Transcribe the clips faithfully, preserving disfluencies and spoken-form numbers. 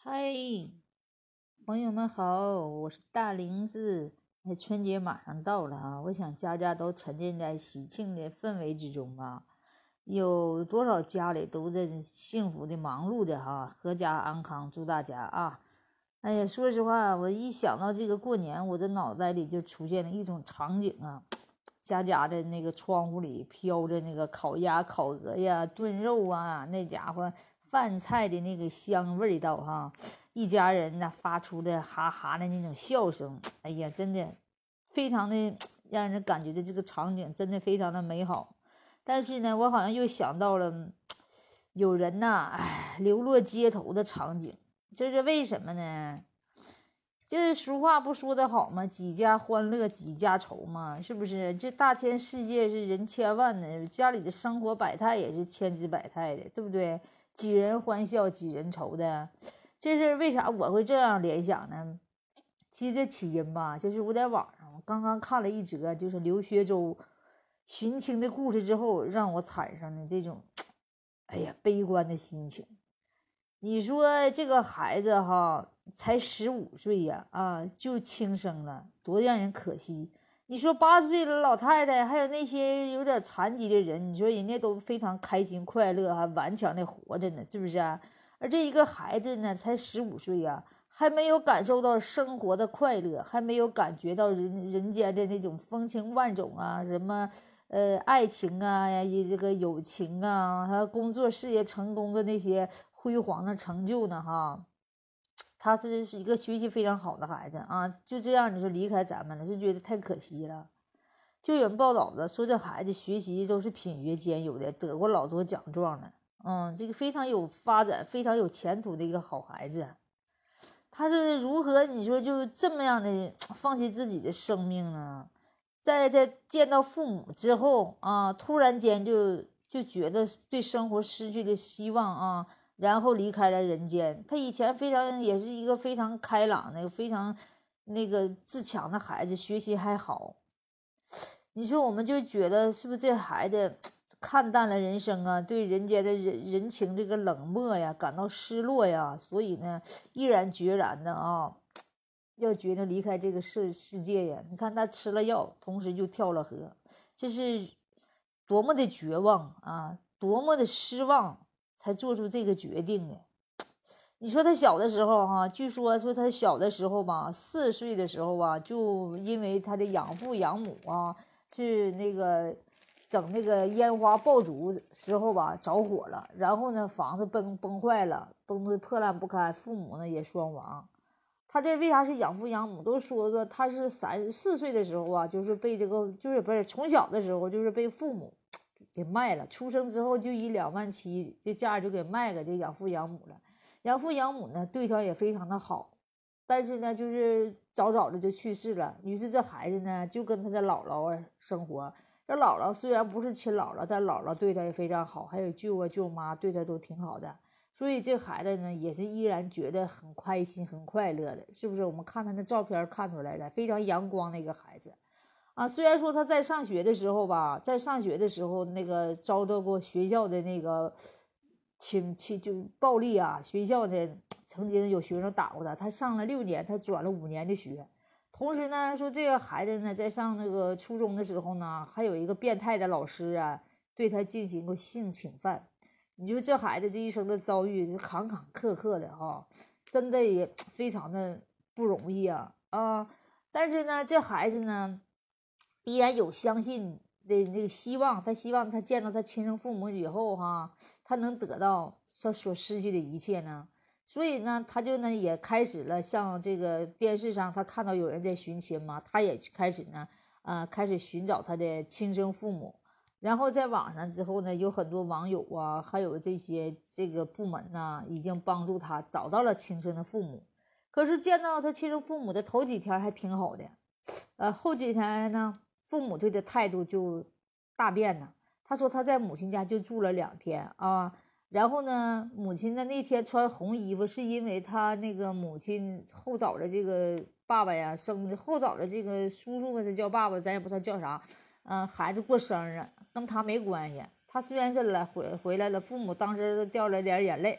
嗨，朋友们好，我是大玲子。哎，春节马上到了啊，我想家家都沉浸在喜庆的氛围之中吧。有多少家里都在幸福的忙碌的哈，阖家安康，祝大家啊！哎呀，说实话，我一想到这个过年，我的脑袋里就出现了一种场景啊，家家的那个窗户里飘着那个烤鸭、烤鹅呀、炖肉啊，那家伙饭菜的那个香味道哈，一家人呢发出的哈哈的那种笑声，哎呀，真的非常的让人感觉的这个场景真的非常的美好。但是呢，我好像又想到了有人呐，唉，流落街头的场景，这是为什么呢？就是俗话不说的好吗？几家欢乐几家愁嘛，是不是？这大千世界是人千万的，家里的生活百态也是千姿百态的，对不对？几人欢笑几人愁的，这是为啥我会这样联想呢？其实这起因吧，就是我在网上我刚刚看了一则就是刘学周寻亲的故事之后，让我产生了这种哎呀悲观的心情。你说这个孩子哈，才十五岁呀，啊，就轻生了，多让人可惜。你说八十岁的老太太，还有那些有点残疾的人，你说人家都非常开心快乐，还顽强的活着呢，是不是啊？而这一个孩子呢，才十五岁呀，还没有感受到生活的快乐，还没有感觉到人人间的那种风情万种啊，什么呃爱情啊，这个友情啊，还有工作事业成功的那些辉煌的成就呢，哈。他是一个学习非常好的孩子啊，就这样你说离开咱们了，就觉得太可惜了。就有人报道的说，这孩子学习都是品学兼优的，得过老多奖状呢。嗯，这个非常有发展、非常有前途的一个好孩子。他是如何你说就这么样的放弃自己的生命呢？在他见到父母之后啊，突然间就就觉得对生活失去了希望啊，然后离开了人间。他以前非常也是一个非常开朗的、非常那个自强的孩子，学习还好。你说我们就觉得是不是这孩子看淡了人生啊，对人间的人人情这个冷漠呀，感到失落呀，所以呢，毅然决然的啊，要决定离开这个世世界呀。你看他吃了药，同时就跳了河，这是多么的绝望啊，多么的失望，才做出这个决定的。你说他小的时候哈，据说说他小的时候吧，四岁的时候吧，就因为他的养父养母啊，是那个整那个烟花爆竹时候吧着火了，然后呢房子崩崩坏了，崩得破烂不堪，父母呢也双亡。他这为啥是养父养母？都说说他是三四岁的时候啊，就是被这个就是不是从小的时候就是被父母给卖了，出生之后就以两万七这价就给卖给这养父养母了。养父养母呢对他也非常的好，但是呢就是早早的就去世了。于是这孩子呢就跟他的姥姥啊生活。这姥姥虽然不是亲姥姥，但姥姥对他也非常好，还有舅啊舅妈对他都挺好的。所以这孩子呢也是依然觉得很开心很快乐的，是不是？我们看他的照片看出来的，非常阳光的一个孩子啊。虽然说他在上学的时候吧，在上学的时候那个遭到过学校的那个侵侵就暴力啊，学校的曾经有学生打过他，他上了六年，他转了五年的学。同时呢，说这个孩子呢，在上那个初中的时候呢，还有一个变态的老师啊，对他进行过性侵犯。你说这孩子这一生的遭遇是坎坎坷坷的哈，真的也非常的不容易啊啊！但是呢，这孩子呢，依然有相信的那个希望，他希望他见到他亲生父母以后哈，他能得到他所失去的一切呢。所以呢，他就呢也开始了像这个电视上他看到有人在寻亲嘛，他也开始呢，呃，开始寻找他的亲生父母。然后在网上之后呢，有很多网友啊，还有这些这个部门呢，已经帮助他找到了亲生的父母。可是见到他亲生父母的头几天还挺好的，呃，后几天呢，父母对的态度就大变呢。他说他在母亲家就住了两天啊，然后呢，母亲的那天穿红衣服，是因为他那个母亲后找的这个爸爸呀，生后找的这个叔叔他叫爸爸，咱也不知道叫啥。嗯、呃，孩子过生日跟他没关系。他虽然是来回回来了，父母当时掉了点眼泪，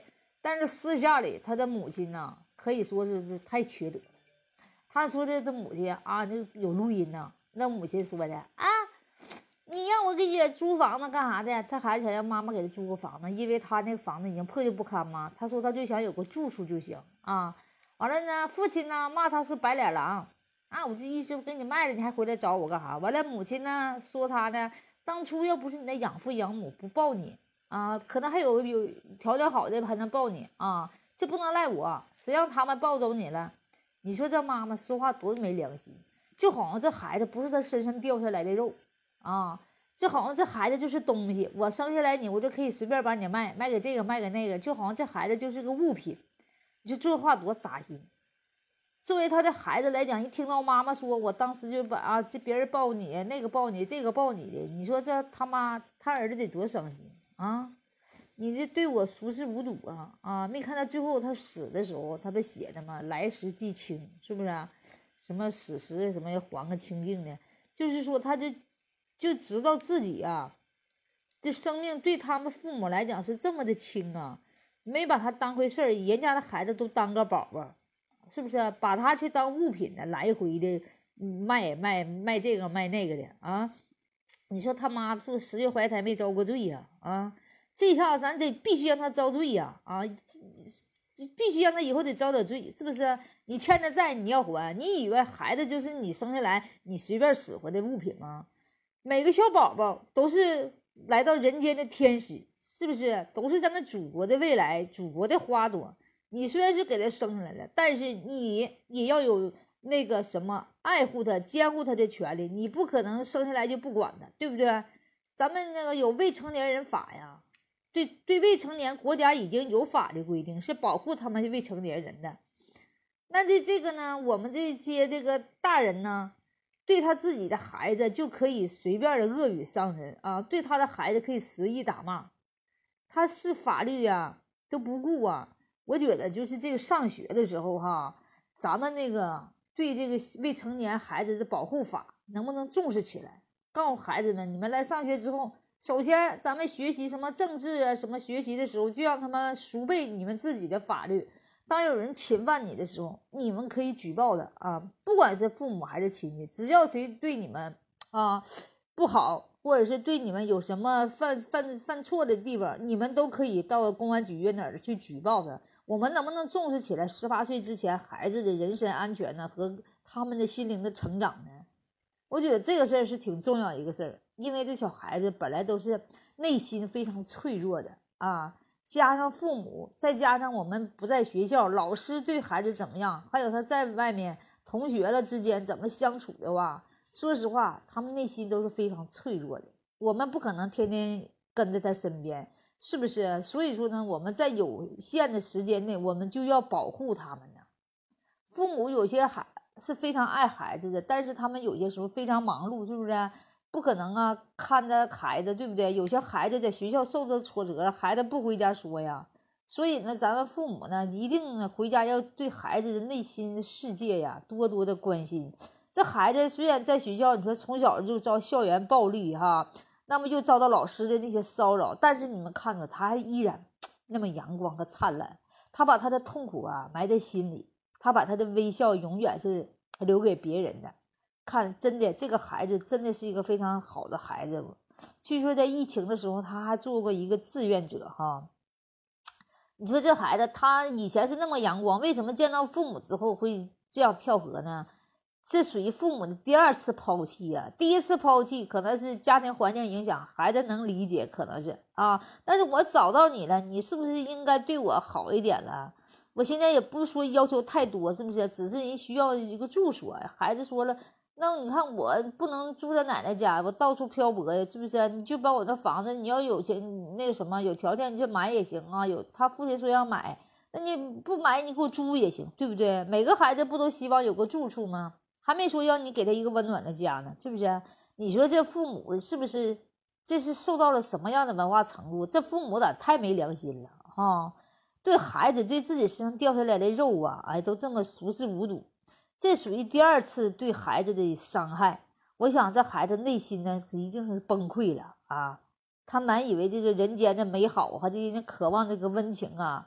但是私下里他的母亲呢，可以说是是太缺德了。他说的这母亲啊，那有录音呢，那母亲说的啊，你让我给你租房子干啥的？他还想让妈妈给他租个房子，因为他那个房子已经破旧不堪嘛。他说他就想有个住处就行啊。完了呢，父亲呢骂他是白脸狼啊，我就意思给你卖了，你还回来找我干啥？完了，母亲呢说他呢，当初要不是你的养父养母不抱你啊，可能还有有条件好的还能抱你啊，这不能赖我，谁让他们抱走你了？你说这妈妈说话多没良心，就好像这孩子不是他身上掉下来的肉啊，就好像这孩子就是东西，我生下来你我就可以随便把你卖卖给这个卖给那个，就好像这孩子就是个物品。你说这话多扎心。作为他的孩子来讲，一听到妈妈说我当时就把啊这别人抱你那个抱你这个抱你的，你说这他妈他儿子得多伤心啊！你这对我熟视无睹啊啊！没看到最后他死的时候，他不写的吗？来时既清，是不是啊？什么死时什么要还个清净的，就是说他就就知道自己啊，这生命对他们父母来讲是这么的轻啊，没把他当回事儿，人家的孩子都当个宝宝，是不是啊？把他去当物品的，来回的卖卖卖这个卖那个的啊！你说他妈是不是十月怀胎没遭过罪呀？啊！啊这下咱得必须让他遭罪呀！啊，必须让他以后得遭点罪，是不是？你欠的债你要还，你以为孩子就是你生下来你随便使唤的物品吗？每个小宝宝都是来到人间的天使，是不是？都是咱们祖国的未来，祖国的花朵。你虽然是给他生下来了，但是你也要有那个什么爱护他、监护他的权利，你不可能生下来就不管他，对不对？咱们那个有未成年人法呀。对对，未成年国家已经有法律规定是保护他们未成年人的。那这这个呢，我们这些这个大人呢，对他自己的孩子就可以随便的恶语伤人啊，对他的孩子可以随意打骂，他是法律呀都不顾啊。我觉得就是这个上学的时候哈，咱们那个对这个未成年孩子的保护法能不能重视起来？告诉孩子们，你们来上学之后。首先咱们学习什么政治啊什么学习的时候，就让他们熟背你们自己的法律，当有人侵犯你的时候，你们可以举报的啊，不管是父母还是亲戚，只要谁对你们啊不好，或者是对你们有什么犯犯犯错的地方，你们都可以到公安局那儿去举报他。我们能不能重视起来十八岁之前孩子的人身安全呢和他们的心灵的成长呢？我觉得这个事儿是挺重要的一个事儿，因为这小孩子本来都是内心非常脆弱的啊，加上父母，再加上我们不在学校，老师对孩子怎么样，还有他在外面同学的之间怎么相处的话，说实话，他们内心都是非常脆弱的。我们不可能天天跟在他身边，是不是？所以说呢，我们在有限的时间内，我们就要保护他们呢。父母有些孩是非常爱孩子的，但是他们有些时候非常忙碌，是不是？不可能啊，看着孩子，对不对？有些孩子在学校受到挫折，孩子不回家说呀。所以呢，咱们父母呢，一定回家要对孩子的内心世界呀多多的关心。这孩子虽然在学校，你说从小就遭校园暴力哈，那么又遭到老师的那些骚扰，但是你们看着他还依然那么阳光和灿烂，他把他的痛苦啊埋在心里。他把他的微笑永远是留给别人的，看真的这个孩子真的是一个非常好的孩子。据说在疫情的时候他还做过一个志愿者哈。你说这孩子他以前是那么阳光，为什么见到父母之后会这样跳河呢？这属于父母的第二次抛弃呀、啊。第一次抛弃可能是家庭环境影响，孩子能理解，可能是啊，但是我找到你了，你是不是应该对我好一点了？我现在也不说要求太多，是不是？只是人需要一个住所。孩子说了，那你看我不能住在奶奶家，我到处漂泊呀，是不是？你就把我的房子，你要有钱，那个什么有条件你就买也行啊。有他父亲说要买，那你不买你给我租也行，对不对？每个孩子不都希望有个住处吗？还没说要你给他一个温暖的家呢，是不是？你说这父母是不是？这是受到了什么样的文化程度？这父母咋太没良心了啊！对孩子对自己身上掉下来的肉啊，哎，都这么熟视无睹，这属于第二次对孩子的伤害。我想这孩子内心呢，一定是崩溃了啊！他满以为这个人间的美好和这个渴望这个温情啊，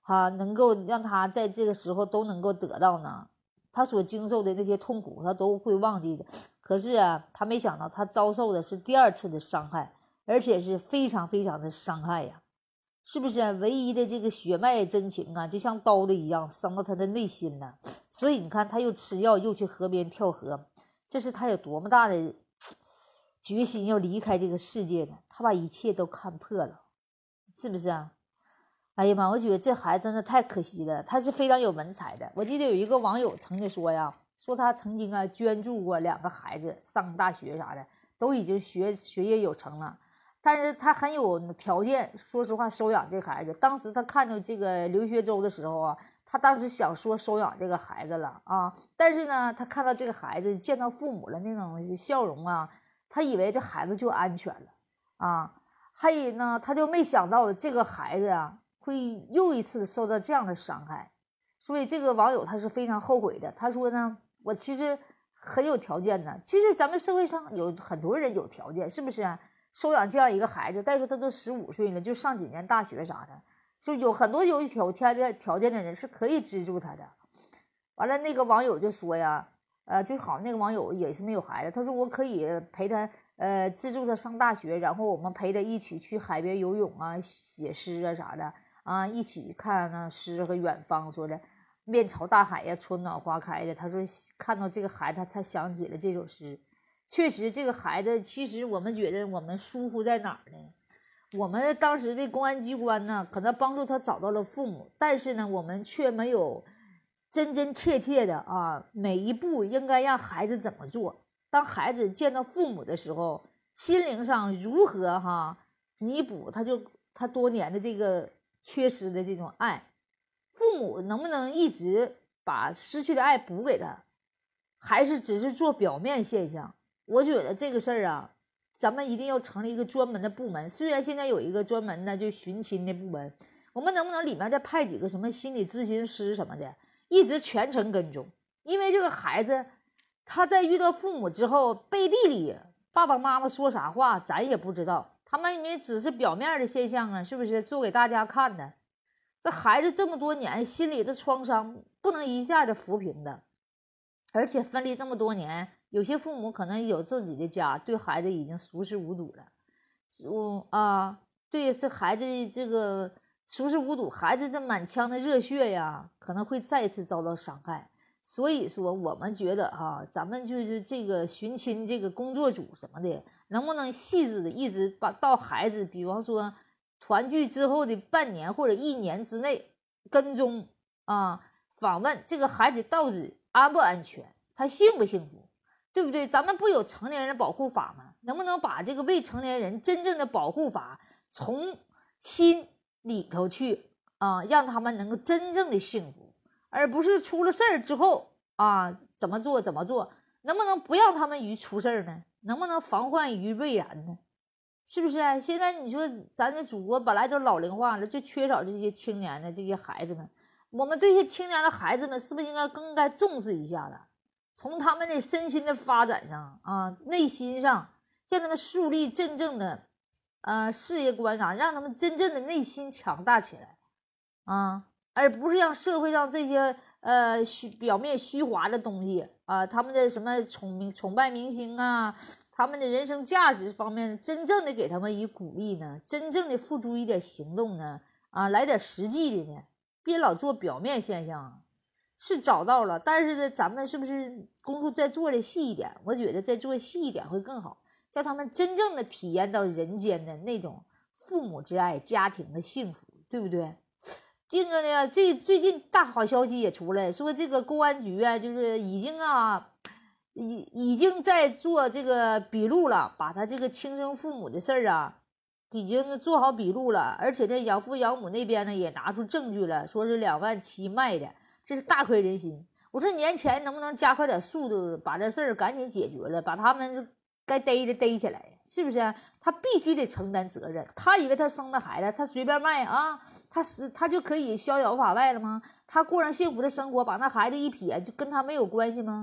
哈、啊，能够让他在这个时候都能够得到呢？他所经受的那些痛苦，他都会忘记的。可是啊，他没想到他遭受的是第二次的伤害，而且是非常非常的伤害呀，是不是啊？唯一的这个血脉真情啊，就像刀的一样，伤到他的内心了。所以你看，他又吃药，又去河边跳河，这是他有多么大的决心要离开这个世界呢？他把一切都看破了，是不是啊？哎呀妈，我觉得这孩子真的太可惜了，他是非常有文采的。我记得有一个网友曾经说呀，说他曾经啊捐助过两个孩子上大学啥的，都已经学学业有成了，但是他很有条件，说实话收养这孩子。当时他看到这个刘学周的时候啊，他当时想说收养这个孩子了啊，但是呢，他看到这个孩子见到父母了那种笑容啊，他以为这孩子就安全了啊，还有呢，他就没想到这个孩子啊会又一次受到这样的伤害，所以这个网友他是非常后悔的。他说呢，我其实很有条件的，其实咱们社会上有很多人有条件，是不是啊？收养这样一个孩子，但是他都十五岁了，就上几年大学啥的，就有很多有条件条件的人是可以资助他的。完了，那个网友就说呀，呃，就好那个网友也是没有孩子，他说我可以陪他。呃，资助他上大学，然后我们陪他一起去海边游泳啊，写诗啊啥的啊，一起看那诗和远方，说的面朝大海呀，春暖花开的。他说看到这个孩子，他才想起了这首诗。确实，这个孩子其实我们觉得我们疏忽在哪儿呢？我们当时的公安机关呢，可能帮助他找到了父母，但是呢，我们却没有真真切切的啊，每一步应该让孩子怎么做。当孩子见到父母的时候，心灵上如何哈弥补他就他多年的这个缺失的这种爱，父母能不能一直把失去的爱补给他，还是只是做表面现象？我觉得这个事儿啊，咱们一定要成立一个专门的部门。虽然现在有一个专门的就寻亲的部门，我们能不能里面再派几个什么心理咨询师什么的，一直全程跟踪？因为这个孩子他在遇到父母之后，背地里爸爸妈妈说啥话咱也不知道，他们因为只是表面的现象啊，是不是做给大家看的？这孩子这么多年心理的创伤不能一下子抚平的，而且分离这么多年，有些父母可能有自己的家，对孩子已经熟视无睹了。我啊，对这孩子这个熟视无睹，孩子这满腔的热血呀，可能会再次遭到伤害。所以说我们觉得哈、啊，咱们就是这个寻亲这个工作组什么的，能不能细致的一直把到孩子，比方说团聚之后的半年或者一年之内跟踪啊，访问这个孩子到底安不安全，他幸不幸福，对不对？咱们不有成年人保护法吗？能不能把这个未成年人真正的保护法从心里头去啊，让他们能够真正的幸福，而不是出了事儿之后啊怎么做怎么做？能不能不让他们于出事儿呢？能不能防患于未然呢？是不是啊？现在你说咱这祖国本来都老龄化了，就缺少这些青年的这些孩子们，我们对这些青年的孩子们是不是应该更该重视一下了？从他们的身心的发展上啊，内心上，让他们树立真正的呃事业观上，让他们真正的内心强大起来啊，而不是让社会上这些呃虚表面虚华的东西啊，他们的什么崇明崇拜明星啊，他们的人生价值方面，真正的给他们以鼓励呢，真正的付诸一点行动呢，啊，来点实际的呢，别老做表面现象啊。是找到了，但是呢，咱们是不是工作再做的细一点？我觉得再做细一点会更好，叫他们真正的体验到人间的那种父母之爱、家庭的幸福，对不对？这个呢，这最近大好消息也出来，说这个公安局啊，就是已经啊，已已经在做这个笔录了，把他这个亲生父母的事儿啊，已经做好笔录了，而且呢，养父养母那边呢也拿出证据了，说是两万七卖的。这是大快人心。我说年前能不能加快点速度，把这事儿赶紧解决了，把他们该逮的逮起来，是不是啊？他必须得承担责任。他以为他生的孩子，他随便卖啊，他是他就可以逍遥法外了吗？他过上幸福的生活，把那孩子一撇，就跟他没有关系吗？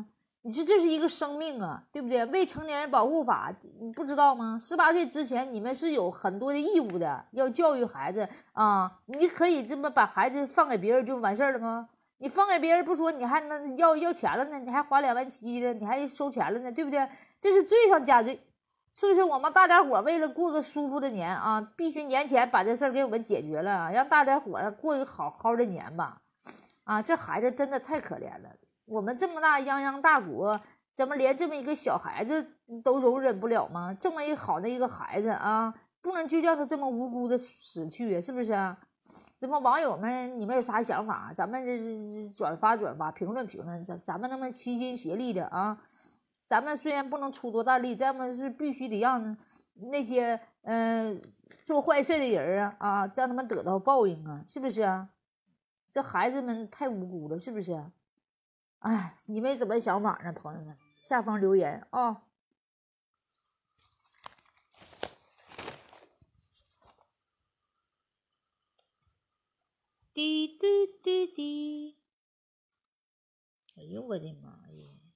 你说这是一个生命啊，对不对？未成年人保护法你不知道吗？十八岁之前你们是有很多的义务的，要教育孩子啊。你可以这么把孩子放给别人就完事儿了吗？你放给别人不说，你还能要要钱了呢，你还花两万七的，你还收钱了呢，对不对？这是罪上加罪。所以说我们大家伙为了过个舒服的年啊，必须年前把这事儿给我们解决了，让大家伙过一个好好的年吧。啊，这孩子真的太可怜了。我们这么大泱泱大国，怎么连这么一个小孩子都容忍不了吗？这么一好的一个孩子啊，不能就让他这么无辜的死去，是不是啊？怎么网友们你们有啥想法？咱们这转发转发，评论评论，咱咱们那么齐心协力的啊。咱们虽然不能出多大力，咱们是必须得让那些嗯、呃、做坏事的人啊啊，让他们得到报应啊，是不是啊？这孩子们太无辜了，是不是？哎，你们怎么想法呢，朋友们？下方留言啊。滴滴滴滴，哎呦我的妈呀！